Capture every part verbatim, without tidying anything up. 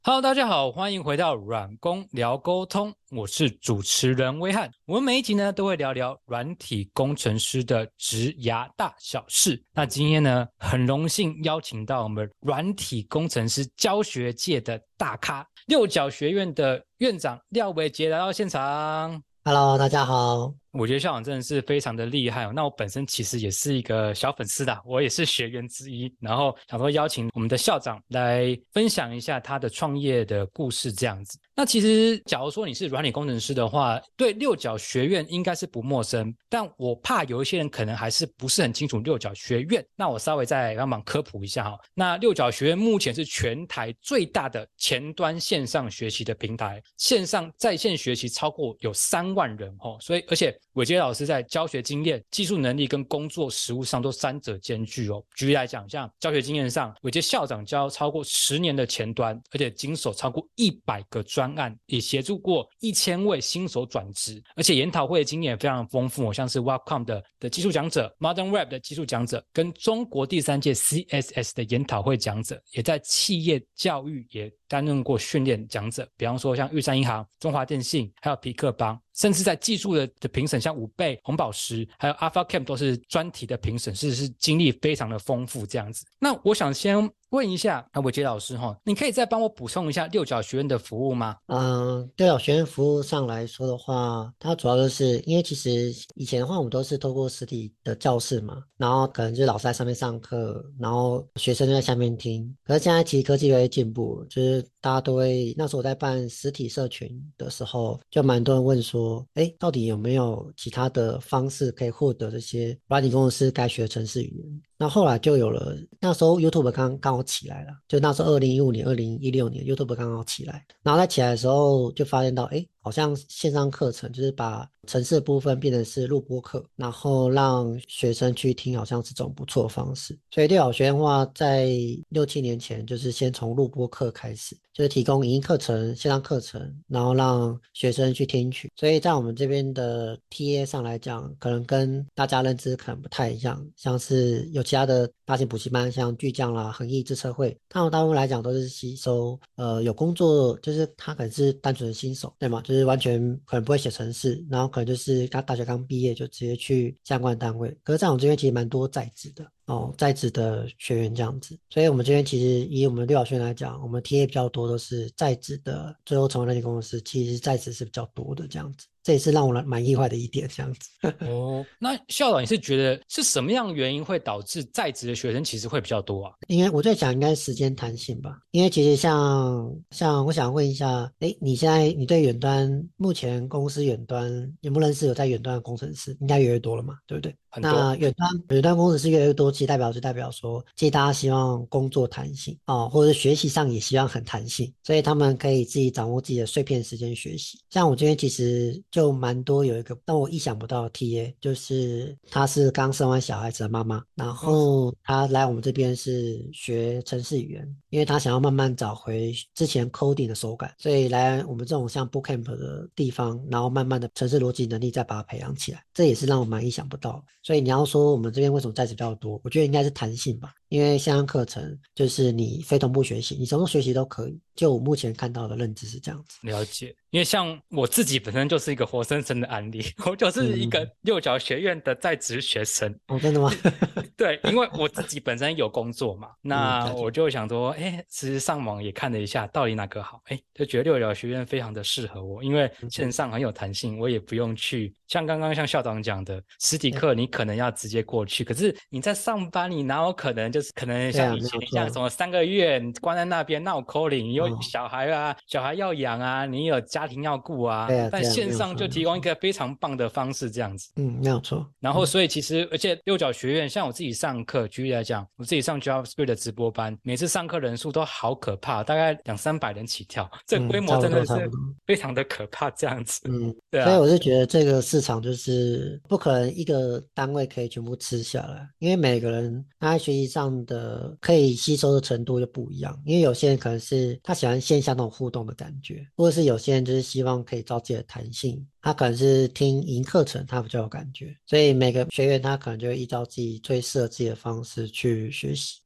Hello，大家好，欢迎回到软工聊沟通，我是主持人威汉。我们每一集呢都会聊聊软体工程师的职涯大小事。那今天呢，很荣幸邀请到我们软体工程师教学界的大咖，六角学院的院长廖伟杰来到现场。 Hello，大家好。 我觉得校长真的是非常的厉害哦。那我本身其实也是一个小粉丝的，我也是学员之一。然后想说邀请我们的校长来分享一下他的创业的故事这样子。那其实假如说你是软体工程师的话，对六角学院应该是不陌生，但我怕有一些人可能还是不是很清楚六角学院。那我稍微再帮忙科普一下哈。那六角学院目前是全台最大的前端线上学习的平台，线上在线学习超过有三万人哦，所以而且伟杰老师在教学经验、技术能力跟工作实务上都三者兼具哦。举例来讲，像教学经验上，伟杰校长教超过十年的前端，而且经手超过一百个专案，也协助过一千位新手转职，而且研讨会的经验也非常丰富哦，像是 Wacom 的的技术讲者、Modern Web 的技术讲者，跟中国第三届 C S S 的研讨会讲者，也在企业教育也担任过训练讲者，比方说像玉山银行、中华电信，还有皮克邦。甚至在技术的的评审，像五倍、红宝石，还有 Alpha Camp 都是专题的评审，是是经历非常的丰富这样子。那我想先问一下啊，伟杰老师哈，你可以再帮我补充一下六角学院的服务吗？ 嗯，对了，学院服务上来说的话，它主要就是因为其实以前的话，我们都是透过实体的教室嘛，然后可能就是老师在上面上课，然后学生就在下面听。可是现在其实科技越来越进步，就是大家都会，那时候我在办实体社群的时候，就蛮多人问说，哎，到底有没有其他的方式可以获得这些软体工程师该学的程式语言？那后来就有了，那时候 YouTube 刚刚好起来了，就那时候二零一五年、二零一六年 YouTube 刚好起来，然后在起来的时候就发现到，哎，好像线上课程就是把程式的部分变成是录播课，然后让学生去听，好像是种不错的方式。所以六角学院的话，在六七年前就是先从录播课开始，就是提供影音课程、线上课程，然后让学生去听取。所以在我们这边的 T A 上来讲，可能跟大家认知可能不太一样，像是有其他的大型补习班，像巨匠啦、恒毅、智策会，他们大部分来讲都是吸收呃有工作，就是他可能是单纯的新手，对吗？就是完全可能不会写程式，然后可能就是他大学刚毕业就直接去相关单位。可是在我们这边其实蛮多在职的。哦，在职的学员这样子，所以我们这边其实以我们六角学院来讲，我们 T A 比较多都是在职的，最后成为那些公司，其实在职是比较多的这样子，这也是让我蛮意外的一点这样子。 哦，那校长你是觉得是什么样的原因会导致在职的学生其实会比较多啊？ 因为我在想，应该是时间弹性吧。因为其实像像我想问一下，哎，你现在你对远端目前公司远端有没有认识有在远端的工程师？应该越来越多了嘛，对不对？ 很多。 那远端远端工程师越来越多，其实代表就代表说，其实大家希望工作弹性哦，或者是学习上也希望很弹性，所以他们可以自己掌握自己的碎片时间学习。像我这边其实就蛮多有一个让我意想不到的 T A，就是她是刚生完小孩子的妈妈，然哦， 后她来我们这边是学程式语言，因为她想要慢慢找回之前 coding 的手感，所以来我们这种像 bootcamp 的地方，然后慢慢的程式逻辑能力再把它培养起来，这也是让我蛮意想不到的。所以你要说我们这边为什么在职比较多，我觉得应该是弹性吧，因为线上课程就是你非同步学习，你什么时候学习都可以。就我目前看到的认知是这样子。 了解，因为像我自己本身就是一个活生生的案例，我就是一个嗯， 六角学院的在职学生。 哦，真的吗？ 对，因为我自己本身有工作嘛， 嗯，了解。 那我就想说，哎，其实上网也看了一下，到底哪个好，哎，就觉得六角学院非常的适合我，因为嗯， 线上很有弹性，我也不用去像刚刚像校长讲的，实体对课你可能要直接过去，可是你在上班，你哪有可能就是可能对啊， 像以没前一样，什有错。 么三个月你关在那边闹 calling，你有哦， 小孩啊，小孩要养啊，你有家庭要顾啊， 对啊，对啊，没但线有错， 上就提供一没有错。 个非常棒的方式，这样子。 嗯，没有错。 然后， 嗯， 所以其实，而且六角学院，像我自己上课，举例来讲，我自己上 JavaScript 的直播班，每次上课人数都好可怕，大概两三百人起跳，这规嗯， 模差不多， 真的是差不多。 非常的可怕，这样子。 嗯， 对啊， 所以我是觉得这个市场就是不可能一个单位可以全部吃下来，因为每个人他在学习上的可以吸收的程度就不一样。因为有些人可能是他喜欢线下那种互动的感觉，或者是有些人就是希望可以照自己的弹性，他可能是听营课程，他比较有感觉。所以每个学员他可能就会依照自己最适合自己的方式去学习。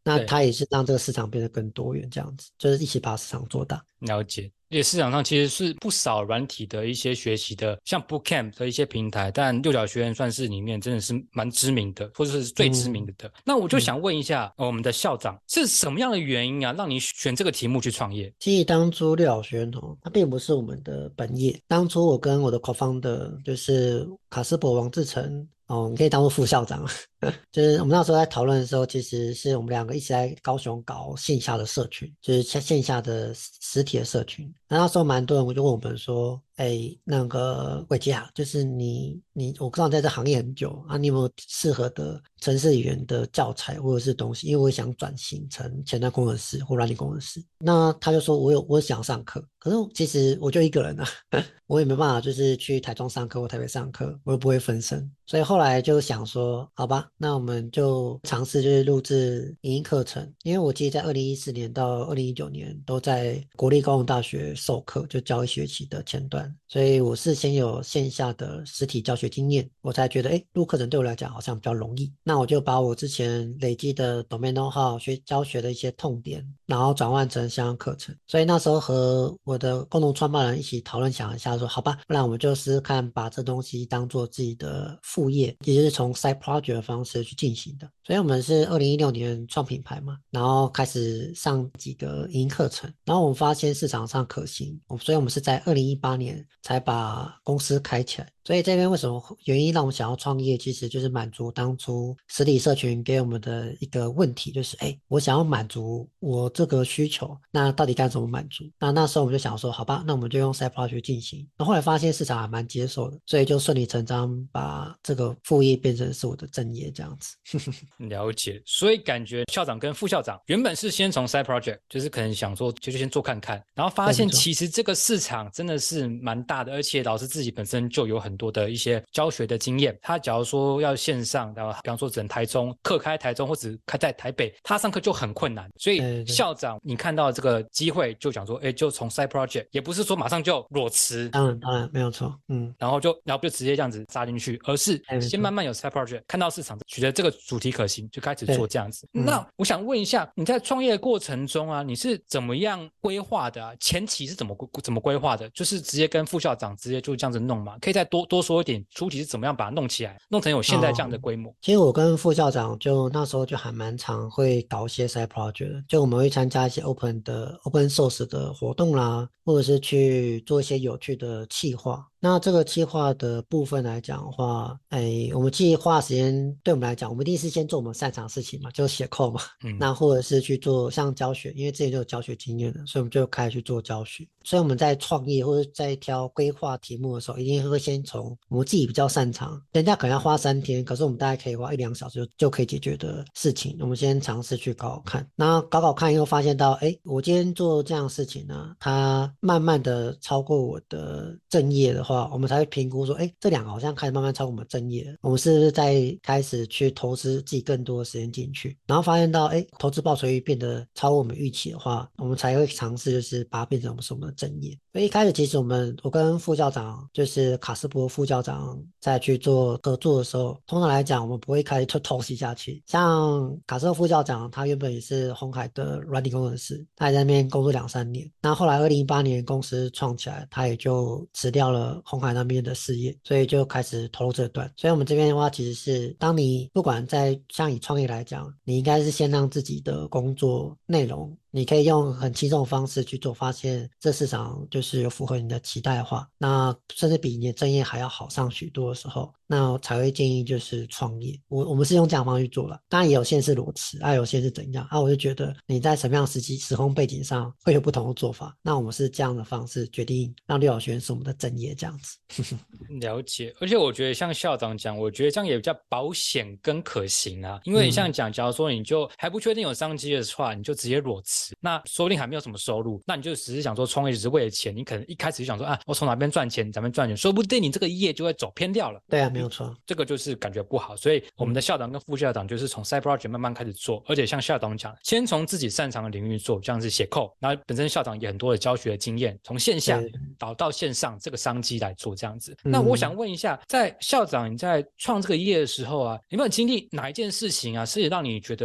那对， 他也是让这个市场变得更多元，这样子就是一起把市场做大。 了解。而且市场上其实是不少软体的一些学习的，像 Bootcamp 的一些平台，但六角学院算是里面真的是蛮知名的，或者是最知名嗯的。那我就嗯。 想问一下，呃我们的校长是什么样的原因啊，让你选这个题目去创业？ 其实当初六小轩哦，它并不是我们的本业。当初我跟我的 co-founder 就是卡斯伯王志成哦，你可以当做副校长。就是我们那时候在讨论的时候，其实是我们两个一起在高雄搞线下的社群，就是线线下的实实体的社群。那那时候蛮多人我就问我们说，哎，那个伟杰啊，就是你你我知道你在这行业很久啊，你有没有适合的程式语言的教材或者是东西？因为我想转型成前端工程师或软件工程师。那他就说我有我想上课，可是其实我就一个人啊，我也没办法就是去台中上课或台北上课，我又不会分身，所以后来就想说，好吧，那我们就尝试就是录制影音课程，因为我记得在二零一四年到二零一九年都在国立高雄大学授课，就教一学期的前端，所以我是先有线下的实体教学经验，我才觉得哎，录课程对我来讲好像比较容易。那我就把我之前累积的 domain know-how 学教学的一些痛点，然后转换成相关课程。所以那时候和我的共同创办人一起讨论想一下说，好吧，不然我们就试试看把这东西当做自己的副业，也就是从 side project 的方式去进行的。所以我们是二零一六年创品牌嘛，然后开始上几个营课程，然后我们发现市场上可行，所以我们是在二零一八年才把公司开起来。所以这边为什么原因让我们想要创业，其实就是满足当初实体社群给我们的一个问题，就是哎，我想要满足我这个需求，那到底该怎么满足？那那时候我们就想说，好吧，那我们就用 side project 进行。那后来发现市场还蛮接受的，所以就顺理成章把这个副业变成是我的正业这样子。 了解，所以感觉校长跟副校长原本是先从 side project，就是可能想说就就先做看看，然后发对，没错。 现其实这个市场真的是蛮大的，而且老师自己本身就有很多的一些教学的经验。他假如说要线上，然后比方说只能台中课开台中或者开在台北，他上课就很困难。所以对对对， 校长你看到这个机会就讲说，哎，就从 side project，也不是说马上就裸辞， 当然当然没有错。嗯， 然后就然后就直接这样子扎进去，而是哎，没错。 先慢慢有 side project，看到市场觉得这个主题可行，就开始做对， 这样子。 嗯。 那我想问一下，你在创业的过程中啊，你是怎么样规划的啊？前期是怎么怎么规划的？就是直接跟副校长直接就这样子弄嘛？可以再多多说一点，初期是怎么样把它弄起来，弄成有现在这样的哦， 规模？ 其实我跟副校长就那时候就还蛮常会搞一些 side project 的，就我们会参加一些 open 的 open source 的活动啦，或者是去做一些有趣的企划。那这个企划的部分来讲的话，哎，我们计划时间对我们来讲，我们一定是先做我们擅长的事情嘛，就写 code 嘛。 嗯， 那或者是去做像教学，因为之前就有教学经验的，所以我们就开始去做教学。所以我们在创业或者在挑规划题目的时候，一定会先从我们自己比较擅长，人家可能要花三天，可是我们大概可以花一两小时就就可以解决的事情，我们先尝试去搞搞看。那搞搞看以后发现到，哎，我今天做这样的事情呢，它慢慢的超过我的正业的话，我们才会评估说，哎，这两个好像开始慢慢超过我们正业了，我们是不是在开始去投资自己更多的时间进去？然后发现到，哎，投资报酬率变得超过我们预期的话，我们才会尝试就是把它变成我们是我们的正业。所以一开始其实我们我跟副校长就是卡斯伯副校长在去做合作的时候，通常来讲我们不会开始就投袭下去。像卡斯伯副校长他原本也是鸿海的软体工程师，他也在那边工作两三年。那后来二零一八年公司创起来，他也就辞掉了鸿海那边的事业，所以就开始投入这段。所以我们这边的话，其实是当你不管在像以创业来讲，你应该是先让自己的工作内容你可以用很轻松的方式去做，发现这市场就是有符合你的期待的话，那甚至比你的正业还要好上许多的时候，那我才会建议就是创业。我我们是用这样的方式去做了，当然也有些是裸辞，啊有些是怎样啊，我就觉得你在什么样的时期时空背景上会有不同的做法，那我们是这样的方式决定让六小学院是我们的正业这样子。 了解，而且我觉得像校长讲，我觉得这样也比较保险跟可行啊。因为像嗯， 讲，假如说你就还不确定有商机的话，你就直接裸辞，那说不定还没有什么收入，那你就只是想说创业只是为了钱，你可能一开始就想说啊，我从哪边赚钱，咱们赚钱，说不定你这个业就会走偏掉了。 对啊，没有错。 这个就是感觉不好，所以我们的嗯， 校长跟副校长就是从 side project 慢慢开始做，而且像校长讲，先从自己擅长的领域做，像是写 code，然后本身校长也很多的教学的经验，从线下对， 导到线上这个商机来做这样子。那我想嗯。 问一下，在校长你在创这个业的时候啊，有没有经历哪一件事情啊，是让你觉得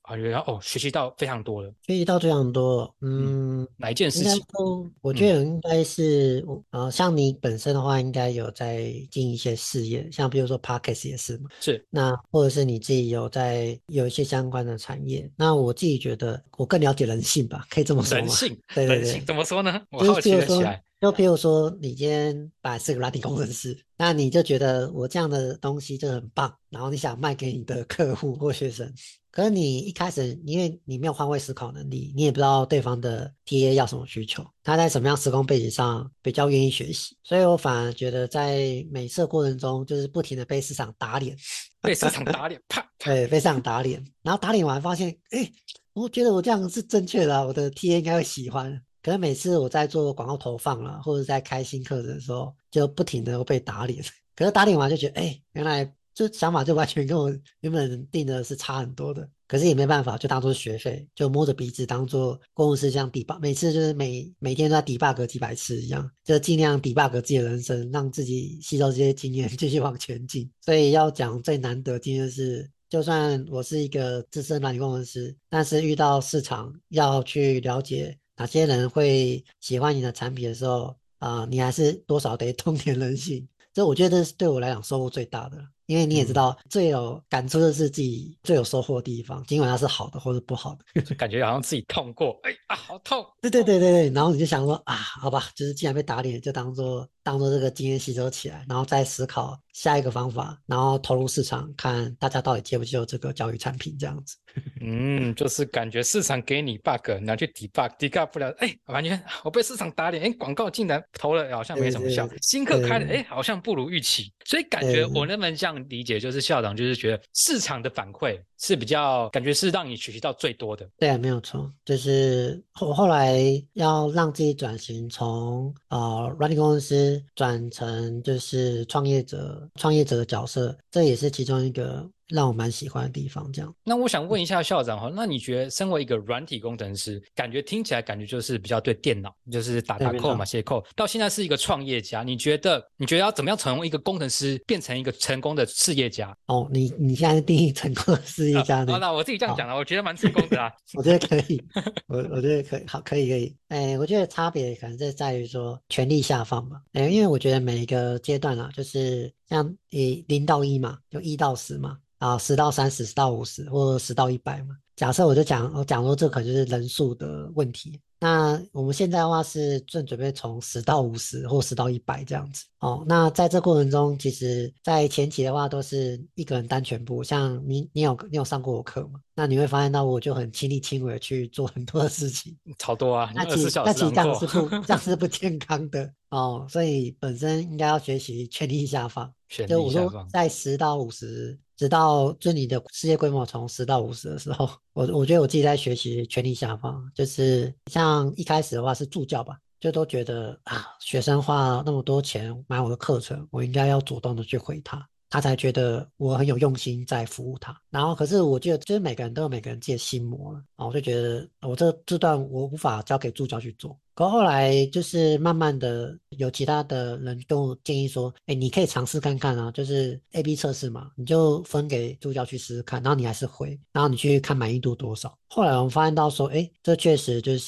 啊，觉得哦学习到非常多了。 学习到非常多。 嗯， 嗯， 哪一件应该事情？ 说，我觉嗯， 得应该是，呃，像你本身的话，应该有在经营一些事业，像比如说 Podcast 也是嘛。 是那或者是你自己有在有一些相关的产业。那我自己觉得我更了解人性吧，可以这么说吗？ 人性， 对对对。 人性怎么说呢？我就是好譬如说， 奇了起来。 就譬如说，你今天本来是个软体工程师，那你就觉得我这样的东西就很棒，然后你想卖给你的客户或学生，可是你一开始，因为你没有换位思考能力，你也不知道对方的 T A 要什么需求，他在什么样时空背景上比较愿意学习，所以我反而觉得在每次的过程中，就是不停的被市场打脸。 被市场打脸，啪啪。 对，被市场打脸，然后打脸完发现，哎，我觉得我这样是正确的啊，我的 T A 应该会喜欢。可能每次我在做广告投放了，或者在开新课程的时候，就不停的被打脸。可是打脸完就觉得，哎，原来这想法就完全跟我原本定的是差很多的。可是也没办法，就当做是学费，就摸着鼻子当做公司这样 debug，每次就是每每天都在 debug 几百次一样，就尽量 debug 自己的人生，让自己吸收这些经验，继续往前进。所以要讲最难得的经验是，就算我是一个资深软件工程师，但是遇到市场要去了解哪些人会喜欢你的产品的时候，啊、呃你还是多少得通点人性。这我觉得这是对我来讲收获最大的，因为你也知嗯， 道，最有感触的是自己最有收获的地方，尽管它是好的或者不好的。 就感觉好像自己痛过，哎啊，好痛。 对对对对对，然后你就想说啊，好吧，就是既然被打脸，就当做当做这个经验吸收起来，然后再思考下一个方法，然后投入市场，看大家到底接不接受这个教育产品这样子。 嗯，就是感觉市场给你 bug，你要去 debug，debug 不了，哎，完全我被市场打脸，哎，广告竟然投了，好像没什么效， 对对对新课开了， 对哎，好像不如预期，所以感觉我对能不能这样理解，就是校长就是觉得市场的反馈是比较感觉是让你学习到最多的。 对，没有错，就是后后来要让自己转型从呃软体公司转成就是创业者创业者的角色，这也是其中一个让我蛮喜欢的地方。这样。 那我想问一下校长哈，那你觉得身为一个软体工程师，感觉听起来感觉就是比较对电脑，就是打对， 打没 code 嘛， 错。 写 code，到现在是一个创业家，你觉得你觉得要怎么样从一个工程师变成一个成功的事业家？ 哦，你你现在是定义成功的事业啊， 家呢？ 好，那我自己这样讲好。 了，我觉得蛮成功的啊。 我觉得可以，我我觉得可以，好，可以可以。哎，我觉得差别可能是在于说权力下放吧。哎，因为我觉得每一个阶段啊，就是像以零到一嘛，就一到十嘛，啊，十到三十，十到五十，或者十到一百嘛。假设我就讲，我讲说这可能就是人数的问题。那我们现在的话是正准备从十到五十或十到一百这样子哦。那在这过程中，其实在前期的话都是一个人担全部。像你，你有你有上过我课吗？那你会发现到我就很亲力亲为地去做很多的事情。 超多啊，你那二十四小其那其实时上课。 这样是不这样是不健康的哦。所以本身应该要学习权力下放。 权就我说力下放。 在十到五十，直到就你的事业规模从十到五十的时候，我我觉得我自己在学习权力下放，就是像一开始的话是助教吧，就都觉得啊，学生花那么多钱买我的课程，我应该要主动的去回他。他才觉得我很有用心在服务他。然后，可是我觉得，就是每个人都有每个人自己的心魔了啊，我就觉得我这这段我无法交给助教去做。可后来就是慢慢的有其他的人跟我建议说，哎，你可以尝试看看啊，就是 A B 测试嘛，你就分给助教去试试看，然后你还是回，然后你去看满意度多少。后来我们发现到说，哎，这确实就是，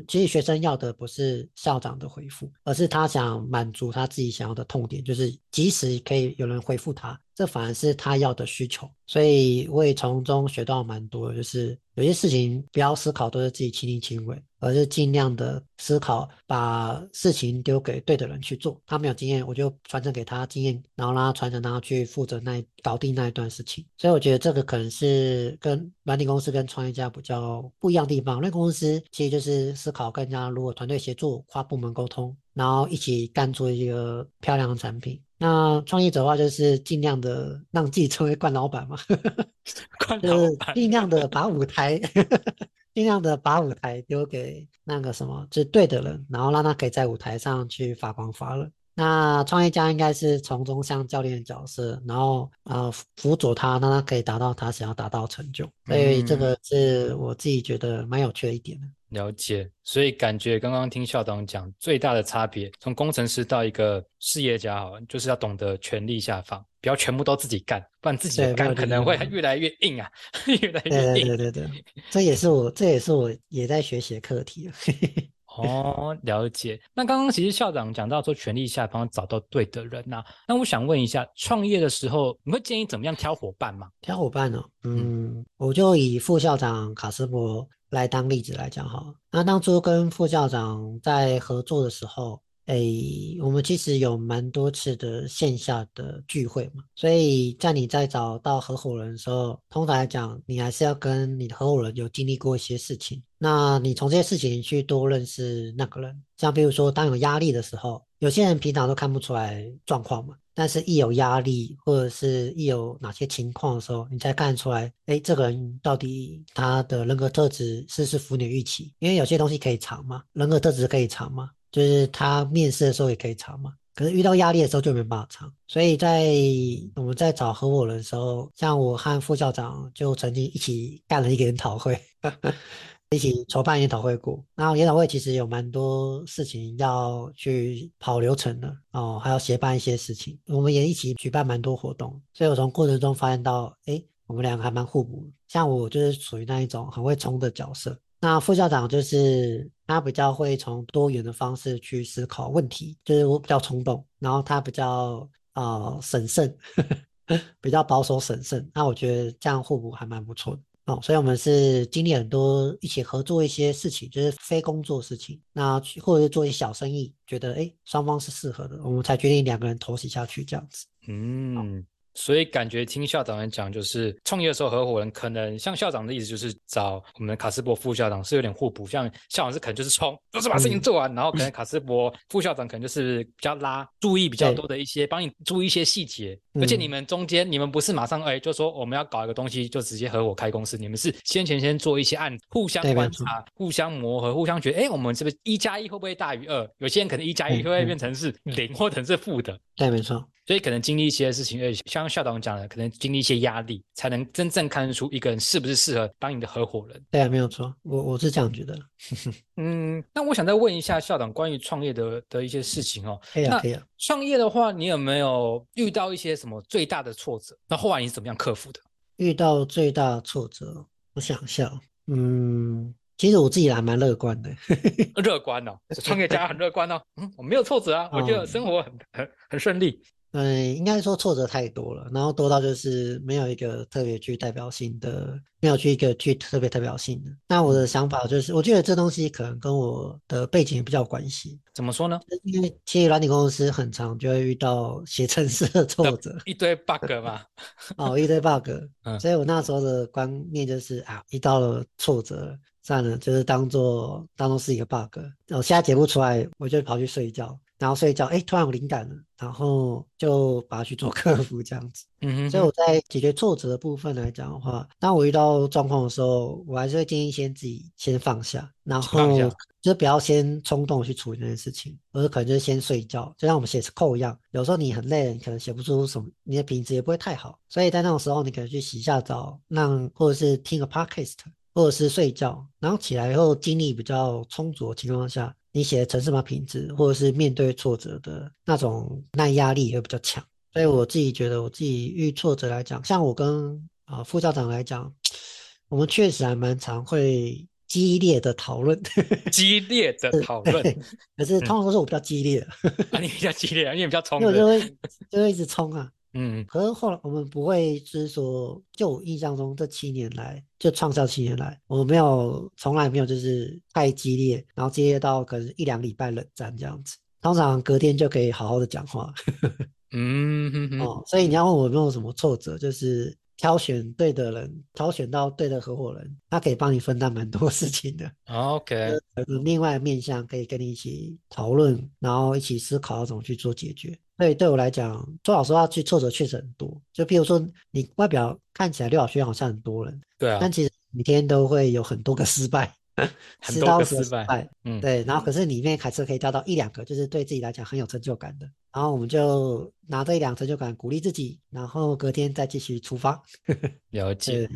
其实学生要的不是校长的回复，而是他想满足他自己想要的痛点，就是即使可以有人回复他，这反而是他要的需求。所以我也从中学到蛮多的，就是有些事情不要思考都是自己亲力亲为，而是尽量的思考，把事情丢给对的人去做。他没有经验，我就传承给他经验，然后让他传承，让他去负责那搞定那一段事情。所以我觉得这个可能是跟软体公司跟创业家比较不一样的地方。软体公司其实就是思考更加如果团队协作、跨部门沟通，然后一起干出一个漂亮的产品。那创业者的话，就是尽量的让自己成为惯老板嘛。 关就是老板。 尽量的把舞台，尽量的把舞台丢给那个什么，就是对的人，然后让他可以在舞台上去发光发热。那创业家应该是从中像教练的角色，然后呃辅佐他，让他可以达到他想要达到的成就。所以这嗯。 个是我自己觉得蛮有趣的一点的。 了解，所以感觉刚刚听校长讲，最大的差别，从工程师到一个事业家，好了，就是要懂得权力下放，不要全部都自己干，不然自己的对，没有肝可能利益嘛。 会越来越硬啊，越来越对对硬。 对对对，这也是我这也是我也在学习的课题啊。 哦，了解。那刚刚其实校长讲到说，权力下方找到对的人呐、那我想问一下，创业的时候，你会建议怎么样挑伙伴吗？ 挑伙伴哦， 嗯嗯，我就以副校长卡斯伯来当例子来讲好了。那当初跟副校长在合作的时候，诶，我们其实有蛮多次的线下的聚会嘛，所以在你在找到合伙人的时候，通常来讲，你还是要跟你的合伙人有经历过一些事情。那你从这些事情去多认识那个人，像比如说当有压力的时候，有些人平常都看不出来状况嘛。但是，一有压力或者是一有哪些情况的时候，你才看得出来，哎，这个人到底他的人格特质是不是符你预期？因为有些东西可以藏嘛，人格特质可以藏嘛，就是他面试的时候也可以藏嘛。可是遇到压力的时候就没办法藏，所以在我们在找合伙人的时候，像我和副校长就曾经一起干了一个研讨会，一起筹办研讨会过。然后研讨会其实有蛮多事情要去跑流程的哦，还要协办一些事情。我们也一起举办蛮多活动，所以我从过程中发现到，诶，我们两个还蛮互补的。像我就是属于那一种很会冲的角色，那副校长就是他比较会从多元的方式去思考问题，就是我比较冲动，然后他比较呃审慎，比较保守审慎。那我觉得这样互补还蛮不错的。哦，所以我们是经历很多一起合作一些事情，就是非工作事情，那去或者是做一些小生意，觉得诶双方是适合的，我们才决定两个人投袭下去这样子。 嗯，所以感觉听校长来讲，就是创业的时候合伙人可能像校长的意思，就是找我们的卡斯伯副校长是有点互补，像校长是可能就是冲，就是把事情嗯， 做完，然后可能卡斯伯副校长可能就是比较拉，注意比较对， 多的一些，帮你注意一些细节。而且你嗯， 们中间，你们不是马上哎就说我们要搞一个东西就直接合伙开公司，你们是先前先做一些案，互相对，没有错， 观察，互相磨合，互相觉得，哎，我们是不是一加一会不会大于二？有些人可能一加一对， 会变嗯， 成是零或者是负的。 对，没错， 所以可能经历一些事情，呃，像校长讲的，可能经历一些压力，才能真正看得出一个人是不是适合当你的合伙人。 对啊，没有错，我我是这样觉得。 嗯，那我想再问一下校长关于创业的的一些事情哦。 可以啊， 那可以啊。 创业的话，你有没有遇到一些什么最大的挫折？那后来你是怎么样克服的？ 遇到最大的挫折，我想一下哦，嗯，其实我自己还蛮乐观的。 乐观哦，创业家很乐观哦。嗯，我没有挫折啊，我觉得生嗯， 活很很很顺利。 嗯，应该说挫折太多了，然后多到就是没有一个特别具代表性的，没有去一个具特别代表性的。那我的嗯， 想法就是，我觉得这东西可能跟我的背景比较有关系， 怎么说呢？ 因为其实软体公司很常就会遇到写程式的挫的折， 一堆 bug 嘛。 哦，一堆 bug， 嗯， 所以我那时候的观念就是啊，遇到了挫折，算了，就是当做当做是一个 bug，我现在解不出来，我就跑去睡觉，然后睡觉，哎，突然有灵感了，然后就把它去做克服这样子。 嗯哼哼， 所以我在解决挫折的部分来讲的话，当我遇到状况的时候，我还是会建议先自己先放下，然后先放下。 就是不要先冲动去处理那件事情，而是可能就是先睡觉，就像我们写 code 一样，有时候你很累了，你可能写不出什么，你的品质也不会太好，所以在那种时候，你可能去洗一下澡，让或者是听个 podcast，或者是睡觉，然后起来以后精力比较充足的情况下，你写的程式码品质，或者是面对挫折的那种耐压力也会比较强。所以我自己觉得，我自己遇挫折来讲，像我跟啊、呃副校长来讲，我们确实还蛮常会激烈的讨论， 激烈的讨论。 可是嗯， 通常都是我比较激烈的， 啊，你比较激烈啊，因为比较冲的。 因为我就会就会一直冲啊。 嗯， 可是后来我们不会，就是说，就我印象中这七年来，就创校七年来，我们没有从来没有就是太激烈，然后激烈到可能一两礼拜冷战这样子。通常隔天就可以好好的讲话。 嗯哼哼哦，所以你要问我有没有什么挫折，就是挑选对的人，挑选到对的合伙人，他可以帮你分担蛮多事情的。 ，OK。 可能另外的面向可以跟你一起讨论，然后一起思考要怎么去做解决。所以对我来讲，说老实话，去挫折确实很多。就比如说，你外表看起来六小轩好像很多人， 对啊， 但其实每天都会有很多个失败， 很多十到十个个失败。 失败。 嗯， 对，然后可是里面还是可以挑到一两个，就是对自己来讲很有成就感的。然后我们就拿这一两成就感鼓励自己，然后隔天再继续出发。 了解。 对，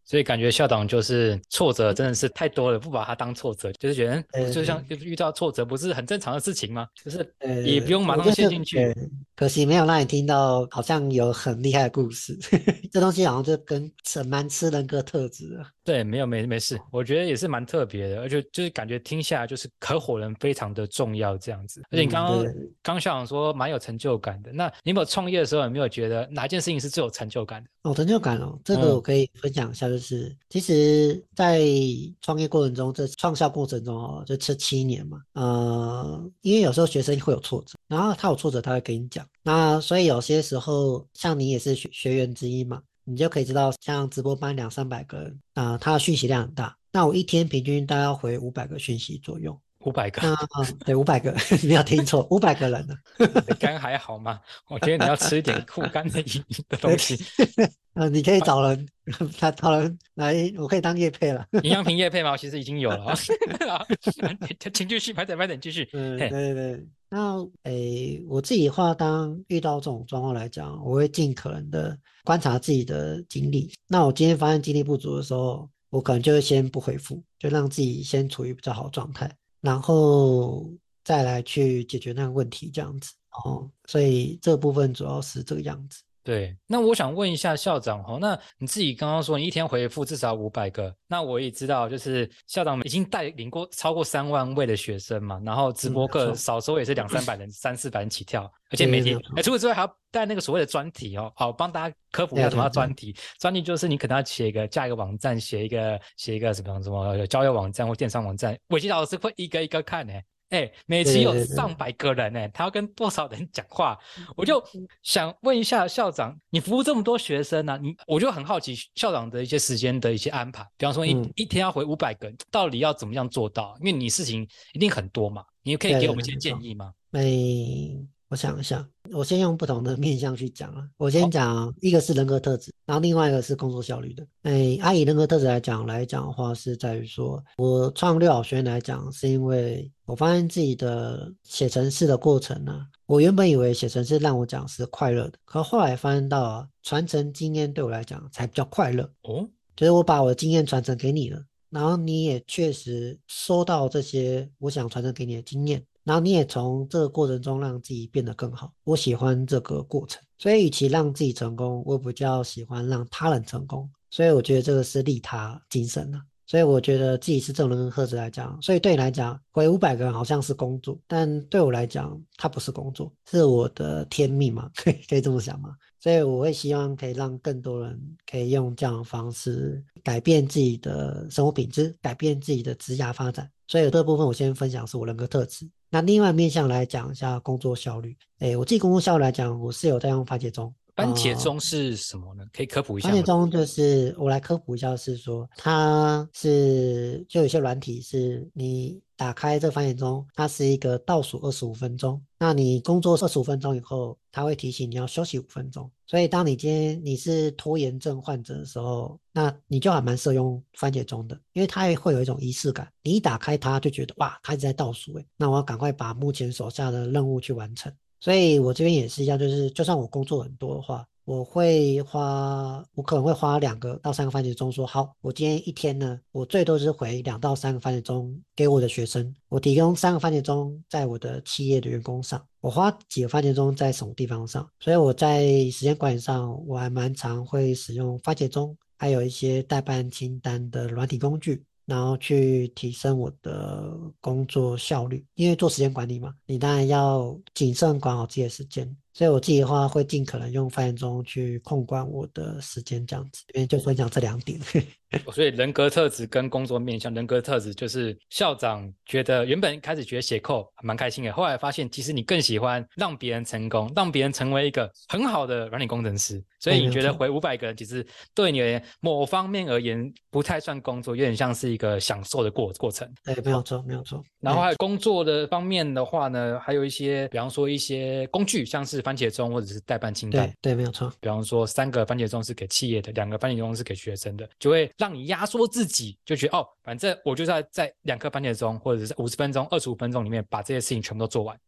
所以感觉校长就是挫折真的是太多了，不把它当挫折，就是觉得不就像遇到挫折不是很正常的事情吗？就是也不呃， 用马上我觉得陷进去。 对，可惜没有让你听到好像有很厉害的故事，这东西好像就跟吃蛮吃人格特质的。 对，没有没没事，我觉得也是蛮特别的，而且就是感觉听下来就是合伙人非常的重要这样子。而且你嗯， 刚刚对。 刚校长说蛮有成就感的，那你有没有创业的时候有没有觉得哪件事情是最有成就感的？ 哦，成就感哦，这个我嗯， 可以分享一下，就是其实，在创业过程中，这创校过程中哦，就这七年嘛，呃，因为有时候学生会有挫折，然后他有挫折，他会跟你讲，那所以有些时候，像你也是学学员之一嘛，你就可以知道，像直播班两三百个人啊、呃，他的讯息量很大，那我一天平均大概要回五百个讯息左右， 五百个。 那对五百个，没有听错，五百个人呢、 你的肝还好吗？我觉得你要吃一点护肝的饮的呃， 东西。 呃，你可以啊， 找人，他找人来，我可以当业配了。 营养品业配吗？其实已经有了啊。好，请继续，快点快点继续。 嗯， 嘿， 对对对。那诶，我自己的话，当遇到这种状况来讲，我会尽可能的观察自己的精力。那我今天发现精力不足的时候，我可能就会先不回复，就让自己先处于比较好的状态，然后再来去解决那个问题，这样子。哦，所以这部分主要是这个样子。 对，那我想问一下校长哦，那你自己刚刚说你一天回复至少五百个，那我也知道，就是校长已经带领过超过三万位的学生嘛，然后直嗯，没播课有错。 少说也是两三百人、三四百人起跳，而且对对，没每天，哎， 有错。 除此之外还要带那个所谓的专题哦，好，帮大家科普一对啊， 下什么对啊，对啊。 叫专题。专题就是你可能要写一个架一个网站，写一个写一个什么什么交友网站或电商网站，伟基老师会一个一个看呢。哎，每对期有对对对。 上百个人呢，他要跟多少人讲话？我就想问一下校长，你服务这么多学生呢、啊，你我就很好奇校长的一些时间的一些安排，比方说一嗯， 一天要回五百个，到底要怎么样做到？因为你事情一定很多嘛，你可以对对对， 给我们一些没错。 建议吗？ 诶，我想一下，我先用不同的面向去讲啊。我先好， 讲一个是人格特质，然后另外一个是工作效率的。诶，啊，以人格特质来讲来讲的话，是在于说我创六好学院来讲，是因为我发现自己的写程式的过程呢、我原本以为写程式让我讲是快乐的，可后来发现到啊，传承经验对我来讲才比较快乐。 哦， 就是我把我的经验传承给你了，然后你也确实收到这些我想传承给你的经验，然后你也从这个过程中让自己变得更好。我喜欢这个过程，所以与其让自己成功，我比较喜欢让他人成功。所以我觉得这个是利他精神啊。所以我觉得自己是这种人格特质来讲，所以对你来讲，回五百个人好像是工作，但对我来讲，它不是工作，是我的天命嘛，可以可以这么想吗？所以我会希望可以让更多人可以用这样的方式改变自己的生活品质，改变自己的职业发展。所以这部分我先分享是我人格特质。那另外面向来讲一下工作效率，诶，我自己工作效率来讲，我是有在用番茄钟。 番茄呃， 钟是什么呢？可以科普一下吗？ 番茄钟就是我来科普一下，是说它是就有一些软体是你打开这个番茄钟，它是一个倒数二十五分钟。那你工作二十五分钟以后，它会提醒你要休息五分钟。所以当你今天你是拖延症患者的时候，那你就还蛮适合用番茄钟的，因为它也会有一种仪式感。你一打开它就觉得哇，它一直在倒数，诶，那我要赶快把目前手下的任务去完成。所以我这边也是一样，就是就算我工作很多的话，我会花，我可能会花两个到三个番茄钟，说好，我今天一天呢，我最多是回两到三个番茄钟给我的学生，我提供三个番茄钟在我的企业的员工上，我花几个番茄钟在什么地方上，所以我在时间管理上，我还蛮常会使用番茄钟，还有一些代办清单的软体工具。然后去提升我的工作效率，因为做时间管理嘛，你当然要谨慎管好自己的时间，所以我自己的话会尽可能用番茄钟去控管我的时间，这样子，因为就分享这两点。 所以人格特质跟工作面向，人格特质就是校长觉得原本开始觉得写扣蛮开心的，后来发现其实你更喜欢让别人成功，让别人成为一个很好的软体工程师，所对， 以你没有错。 觉得回五百个人其实对你而言某方面而言不太算工作，有点像是一个享受的过过程。 对，没有错，没有错。哎， 然后还有工作的方面的话呢，还有一些，比方说一些工具，像是番茄钟或者是代办清单。 对对，没有错。 比方说三个番茄钟是给企业的，两个番茄钟是给学生的，就会让你压缩自己，就觉得哦，反正我就在在两颗番茄钟或者是五十分钟、二十五分钟里面把这些事情全部都做完。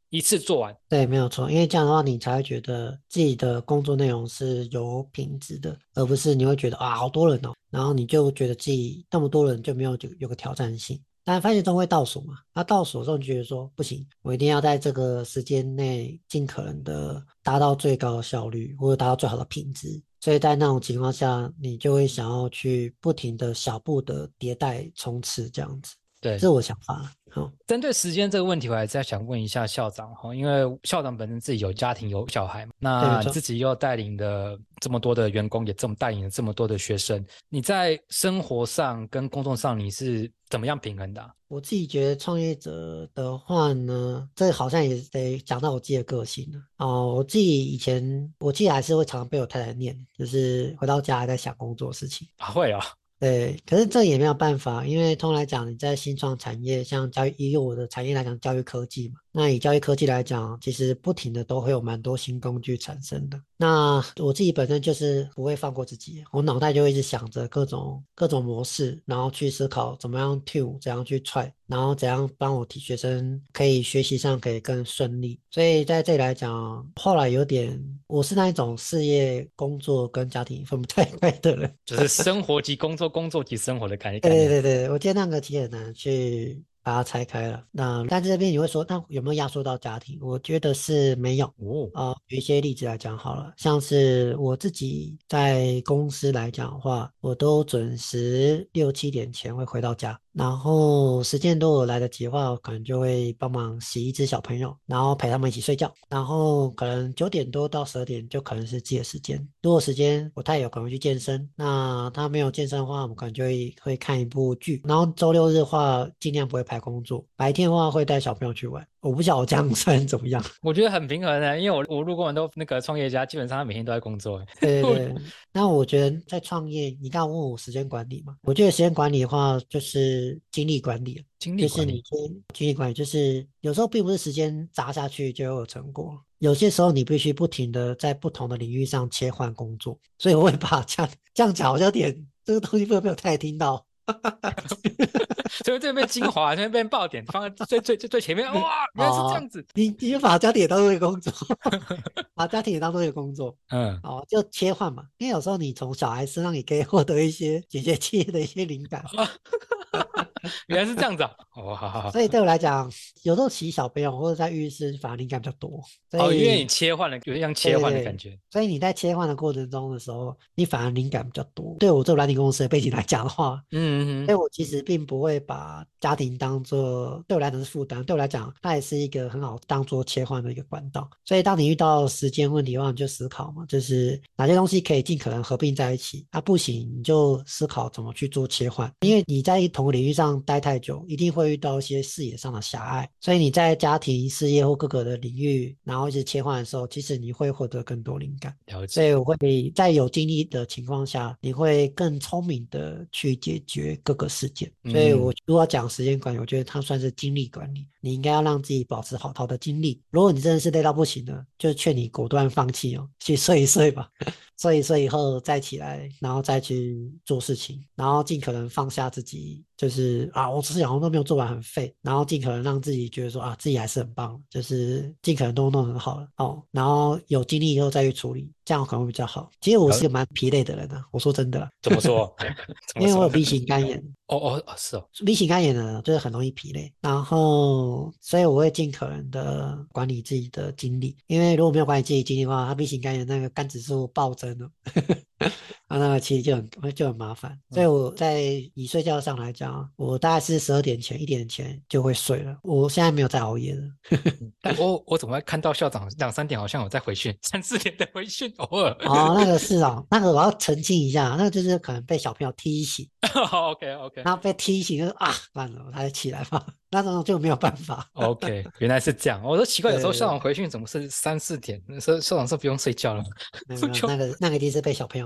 一次做完。 对，没有错，因为这样的话，你才会觉得自己的工作内容是有品质的，而不是你会觉得啊，好多人哦，然后你就觉得自己那么多人就没有有有个挑战性。但番茄钟会倒数嘛，那倒数的时候你觉得说不行，我一定要在这个时间内尽可能的达到最高的效率，或者达到最好的品质。所以在那种情况下，你就会想要去不停的小步的迭代冲刺这样子，这对， 是我想法。好， 针对时间这个问题，我还是想问一下校长哈，因为校长本身自己有家庭有小孩嘛， 对，没错。 那自己又带领的这么多的员工，也这么带领了这么多的学生，你在生活上跟工作上你是怎么样平衡的啊？ 我自己觉得创业者的话呢，这好像也得讲到我自己的个性了。哦，我自己以前，我记得还是会常常被我太太念，就是回到家还在想工作的事情。 啊会啊。 对，可是这也没有办法，因为通常来讲，你在新创产业，像教育，以我的产业来讲，教育科技嘛，那以教育科技来讲，其实不停的都会有蛮多新工具产生的。那我自己本身就是不会放过自己，我脑袋就会一直想着各种各种模式，然后去思考怎么样 tune，怎样去 try，然后怎样帮我提学生可以学习上可以更顺利。所以在这里来讲，后来有点，我是那一种事业、工作跟家庭分不太开的人。 就是生活及工作，工作及生活的概对概念。 对对对，我觉得那个其实很难去把它拆开了。那但是这边你会说，那有没有压缩到家庭？我觉得是没有。 哦。 啊、举一些例子来讲好了，像是我自己在公司来讲的话，我都准时六七点前会回到家，然后时间都有来得及的话，我可能就会帮忙洗一只小朋友，然后陪他们一起睡觉，然后可能九点多到十二点就可能是自己的时间。如果时间我太有可能会去健身，那他没有健身的话，我们可能就会会看一部剧，然后周六日的话尽量不会排工作，白天的话会带小朋友去玩。我不晓得我这样算怎么样。 我觉得很平衡的，因为我我路过很多那个创业家，基本上他每天都在工作。 对我对对，那我觉得在创业，你刚刚问我时间管理嘛，我觉得时间管理的话就是精力管理，就是精力管理。 你先精力管理，就是有时候并不是时间砸下去就有成果，有些时候你必须不停的在不同的领域上切换工作，所以我会把这样这样讲好像有点这个东西不会被我太太听到。 所以这边精华，这边爆点放在最最最最前面。哇，原来是这哦， 样子。 你你就把家庭也当做一个工作，把家庭也当做一个工作。 嗯。 哦，就切换嘛，因为有时候你从小孩身上也可以获得一些解决企业的一些灵感。 原来是这样子啊。哦，好好好。 所以对我来讲，有时候骑小朋友或者在浴室反而灵感比较多。所哦，因为你以切换了，有点像切对对对， 换的感觉。 所以你在切换的过程中的时候，你反而灵感比较多。对我这个软体公司的背景来讲的话， 嗯嗯。 所以我其实并不会把家庭当做对我来讲是负担，对我来讲，它也是一个很好当做切换的一个管道。所以当你遇到时间问题的话，你就思考嘛，就是哪些东西可以尽可能合并在一起，啊不行你就思考怎么去做切换。因为你在同个领域上待太久，一定会遇到一些视野上的狭隘，所以你在家庭、事业或各个的领域，然后一直切换的时候，其实你会获得更多灵感。 了解。 所以我会在有精力的情况下，你会更聪明的去解决各个事件。所以我嗯。 如果要讲时间管理，我觉得它算是精力管理。你应该要让自己保持好好的精力。如果你真的是累到不行了，就劝你果断放弃哦，去睡一睡吧。睡一睡以后再起来，然后再去做事情，然后尽可能放下自己，就是啊，我这事好像都没有做完，很废，然后尽可能让自己觉得说啊，自己还是很棒，就是尽可能都弄很好了哦，然后有精力以后再去处理，这样可能会比较好。其实我是了个蛮疲累的人啊，我说真的啦， 怎么说？怎么说？ 因为我有 B 型肝炎， 哦哦哦，是哦。 B 型肝炎呢，就是很容易疲累，然后所以我会尽可能的管理自己的精力，因为如果没有管理自己精力的话，他 B 型肝炎那个肝指数暴增了。啊，那个其实就很就很麻烦，所以嗯。 我在以睡觉上来讲，我大概是十二点前、一点前就会睡了。我现在没有再熬夜了。 嗯但我我怎么会看到校长两三点好像有在回讯，三四点的回讯，偶尔。 哦，那个是哦，那个我要澄清一下，那个就是可能被小朋友踢醒， 好，OK OK 然后被踢醒就是啊，完了，我还起来吧，那种就没有办法。 OK，原来是这样。我说奇怪，有时候校长对对对， 回讯怎么是三四点？那时候校长是不用睡觉了吗？ 没有不就没有，那个那个一定是被小朋友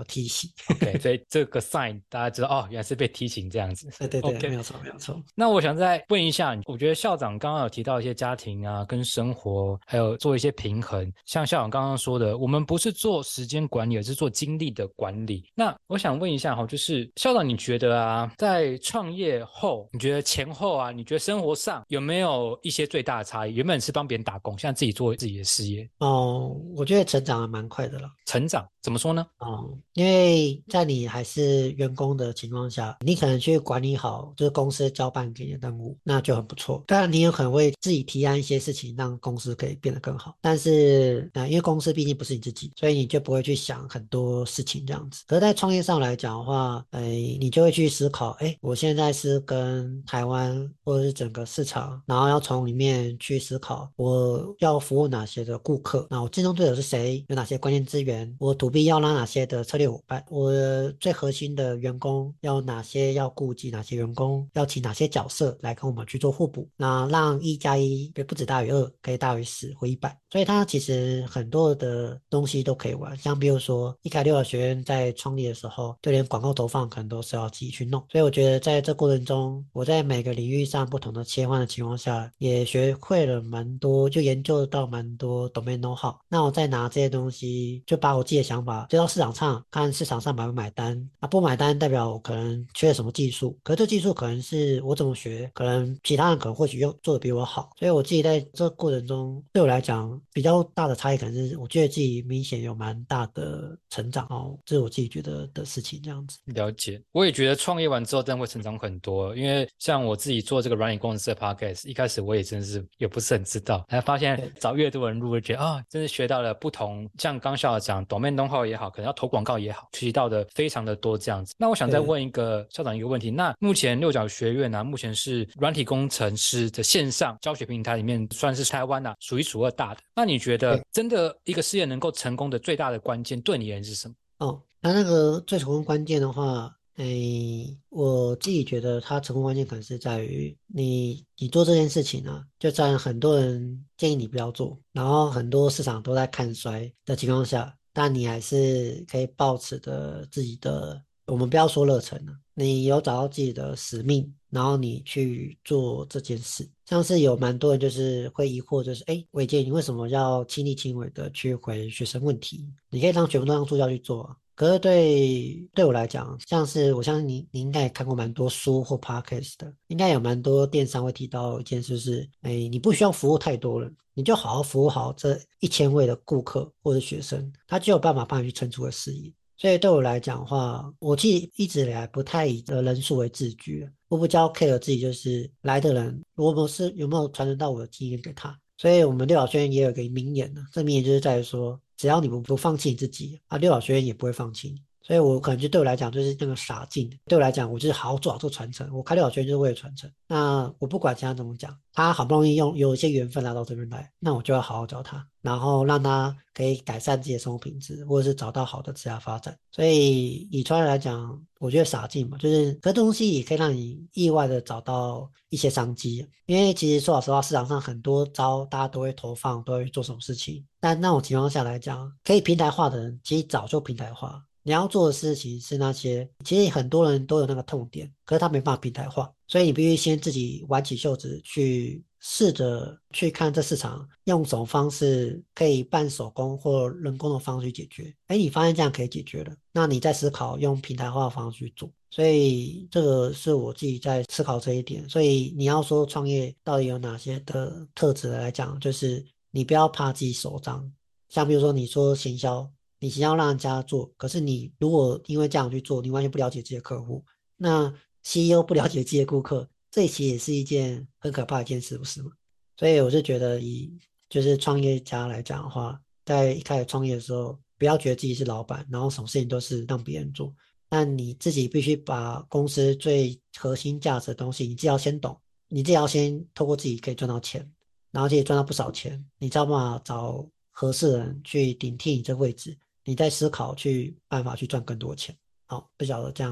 有提醒。 OK，所以这个 sign 大家知道哦，原来是被提醒这样子。 对对对， OK， 没有错没有错。 那我想再问一下，我觉得校长刚刚有提到一些家庭啊，跟生活，还有做一些平衡。像校长刚刚说的，我们不是做时间管理，而是做精力的管理。那我想问一下哈，就是校长，你觉得啊，在创业后，你觉得前后啊，你觉得生活上有没有一些最大的差异？原本是帮别人打工，现在自己做自己的事业， 哦，我觉得成长还蛮快的了。 成长怎么说呢？ 哦，因为在你还是员工的情况下，你可能去管理好就是公司交办给你的任务，那就很不错。当然，你有可能会自己提案一些事情，让公司可以变得更好。但是，呃，因为公司毕竟不是你自己，所以你就不会去想很多事情这样子。可是，在创业上来讲的话，哎，你就会去思考，哎，我现在是跟台湾或者是整个市场，然后要从里面去思考，我要服务哪些的顾客，那我竞争对手是谁，有哪些关键资源，我土地要拉哪些的策略伙伴，我最核心的员工要哪些要顾及，哪些员工要请哪些角色来跟我们去做互补，那让一加一不止大于二，可以大于十或一百。所以它其实很多的东西都可以玩，像比如说一开六合学院在创立的时候，就连广告投放可能都是要自己去弄。所以我觉得在这过程中，我在每个领域上不同的切换的情况下，也学会了蛮多，就研究到蛮多 domain know how。那我再拿这些东西，就把我自己的想法接到市场上，看市场上买不买单啊，不买单代表我可能缺了什么技术，可是这技术可能是我怎么学，可能其他人可能或许又做的比我好，所以我自己在这过程中，对我来讲比较大的差异，可能是我觉得自己明显有蛮大的成长哦，这是我自己觉得的事情，这样子。 了解，我也觉得创业完之后真的会成长很多，因为像我自己做这个软体公司的 podcast，一开始我也真是也不是很知道，才发现对找越多人入，就觉得啊，真的学到了不同，像刚校长讲，domain know-how也好，可能要投广告也好，学习到的非常的多这样子。那我想再对， 问一个校长一个问题，那目前六角学院啊，目前是软体工程师的线上教学平台里面算是台湾啊数一数二大的，那你觉得对。 真的一个事业能够成功的最大的关键，对你而言是什么？ 哦，那那个最成功关键的话，诶，我自己觉得它成功关键可能是在于你你做这件事情呢、就在很多人建议你不要做，然后很多市场都在看衰的情况下，但你还是可以抱持着自己的，我们不要说热忱了，你有找到自己的使命，然后你去做这件事。像是有蛮多人就是会疑惑，就是哎，伟杰，你为什么要亲力亲为的去回学生问题？你可以让全部都让助教去做啊。可是对对我来讲，像是我相信你，你应该也看过蛮多书或 podcast 的，应该有蛮多电商会提到一件事是，哎，你不需要服务太多人，你就好好服务好这一千位的顾客或者学生，他就有办法帮你去撑出个事业。所以对我来讲的话，我其实一直以来不太以的人数为自居，我比较 care 自己就是来的人，我们是有没有传承到我的经验给他。所以我们六岛学院也有一个名言呢，这名言就是在于说，只要你不不放弃你自己啊，六岛学院也不会放弃你。所以我可能就对我来讲就是那个傻劲，对我来讲我就是好好做好做传承，我开六岛学院就是为了传承。那我不管其他怎么讲，他好不容易用有一些缘分来到这边来，那我就要好好教他，然后让他可以改善自己的生活品质，或者是找到好的职业发展。所以以创业来讲，我觉得傻劲嘛，就是这东西也可以让你意外的找到一些商机。因为其实说老实话，市场上很多招大家都会投放，都会做什么事情，但那种情况下来讲，可以平台化的人其实早就平台化。你要做的事情是那些，其实很多人都有那个痛点，可是他没办法平台化，所以你必须先自己挽起袖子去试着去看这市场用什么方式可以半手工或人工的方式去解决。哎，你发现这样可以解决了，那你再思考用平台化的方式去做。所以这个是我自己在思考这一点。所以你要说创业到底有哪些的特质来讲，就是你不要怕自己手脏，像比如说你说行销。你想要让人家做，可是你如果因为这样去做，你完全不了解自己的客户，那 C E O 不了解自己的顾客，这其实也是一件很可怕的一件事，不是吗？所以我是觉得以就是创业家来讲的话，在一开始创业的时候，不要觉得自己是老板，然后什么事情都是让别人做，但你自己必须把公司最核心价值的东西，你自己要先懂，你自己要先透过自己可以赚到钱，然后自己赚到不少钱，你知道吗？找合适的人去顶替你这个位置。你在思考去办法去赚更多钱。好，不晓得这样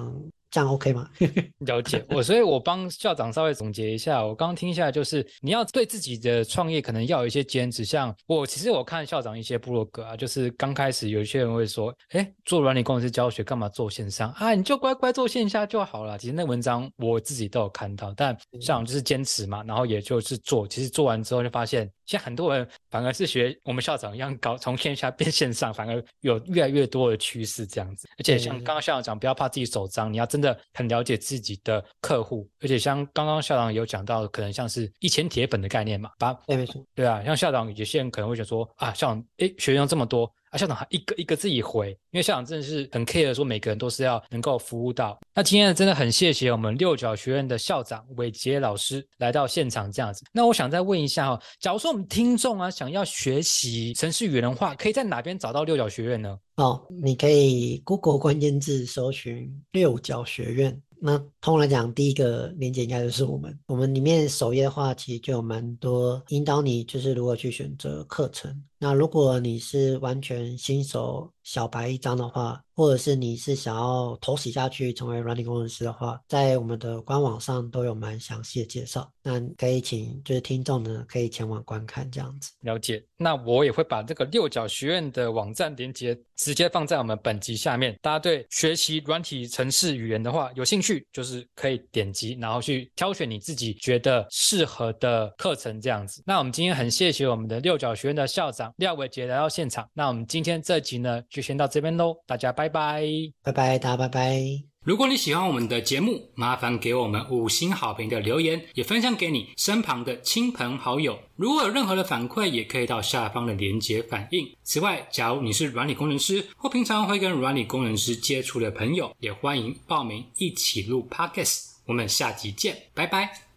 这样 OK 吗？ 了解我，所以我帮校长稍微总结一下，我刚刚听下来就是你要对自己的创业可能要有一些坚持，像我其实我看校长一些部落格啊，就是刚开始有一些人会说，哎，做软体工程师教学干嘛做线上啊，你就乖乖做线下就好了。其实那文章我自己都有看到，但校长就是坚持嘛，然后也就是做，其实做完之后就发现现在很多人反而是学我们校长一样高，从线下变线上，反而有越来越多的趋势这样子。而且像刚刚校长讲，不要怕自己手脏，你要真的很了解自己的客户。而且像刚刚校长有讲到，可能像是一千铁粉的概念嘛，把对，没错， 对啊，像校长有些人可能会想说啊，校长诶学员这么多。啊，校长还一个一个自己回，因为校长真的是很 care 说每个人都是要能够服务到。那今天真的很谢谢我们六角学院的校长伟杰老师来到现场这样子。那我想再问一下哦，假如说我们听众啊想要学习程式语言的话，可以在哪边找到六角学院呢？ 哦，你可以 Google 关键字搜寻六角学院。那通常来讲，第一个连接应该就是我们。我们里面首页的话，其实就有蛮多引导你，就是如何去选择课程。那如果你是完全新手小白一张的话，或者是你是想要头洗下去成为软体工程师的话，在我们的官网上都有蛮详细的介绍。那可以请就是听众呢可以前往观看这样子。 了解，那我也会把这个六角学院的网站连接直接放在我们本集下面。大家对学习软体程式语言的话有兴趣，就是可以点击，然后去挑选你自己觉得适合的课程这样子。那我们今天很谢谢我们的六角学院的校长廖伟杰来到现场。那我们今天这集呢就先到这边咯，大家拜拜。 拜拜，大家拜拜。 如果你喜欢我们的节目，麻烦给我们五星好评的留言，也分享给你身旁的亲朋好友。如果有任何的反馈，也可以到下方的连结反映。此外，假如你是软体工程师或平常会跟软体工程师接触的朋友，也欢迎报名一起录 Podcast。我们下集见，拜拜。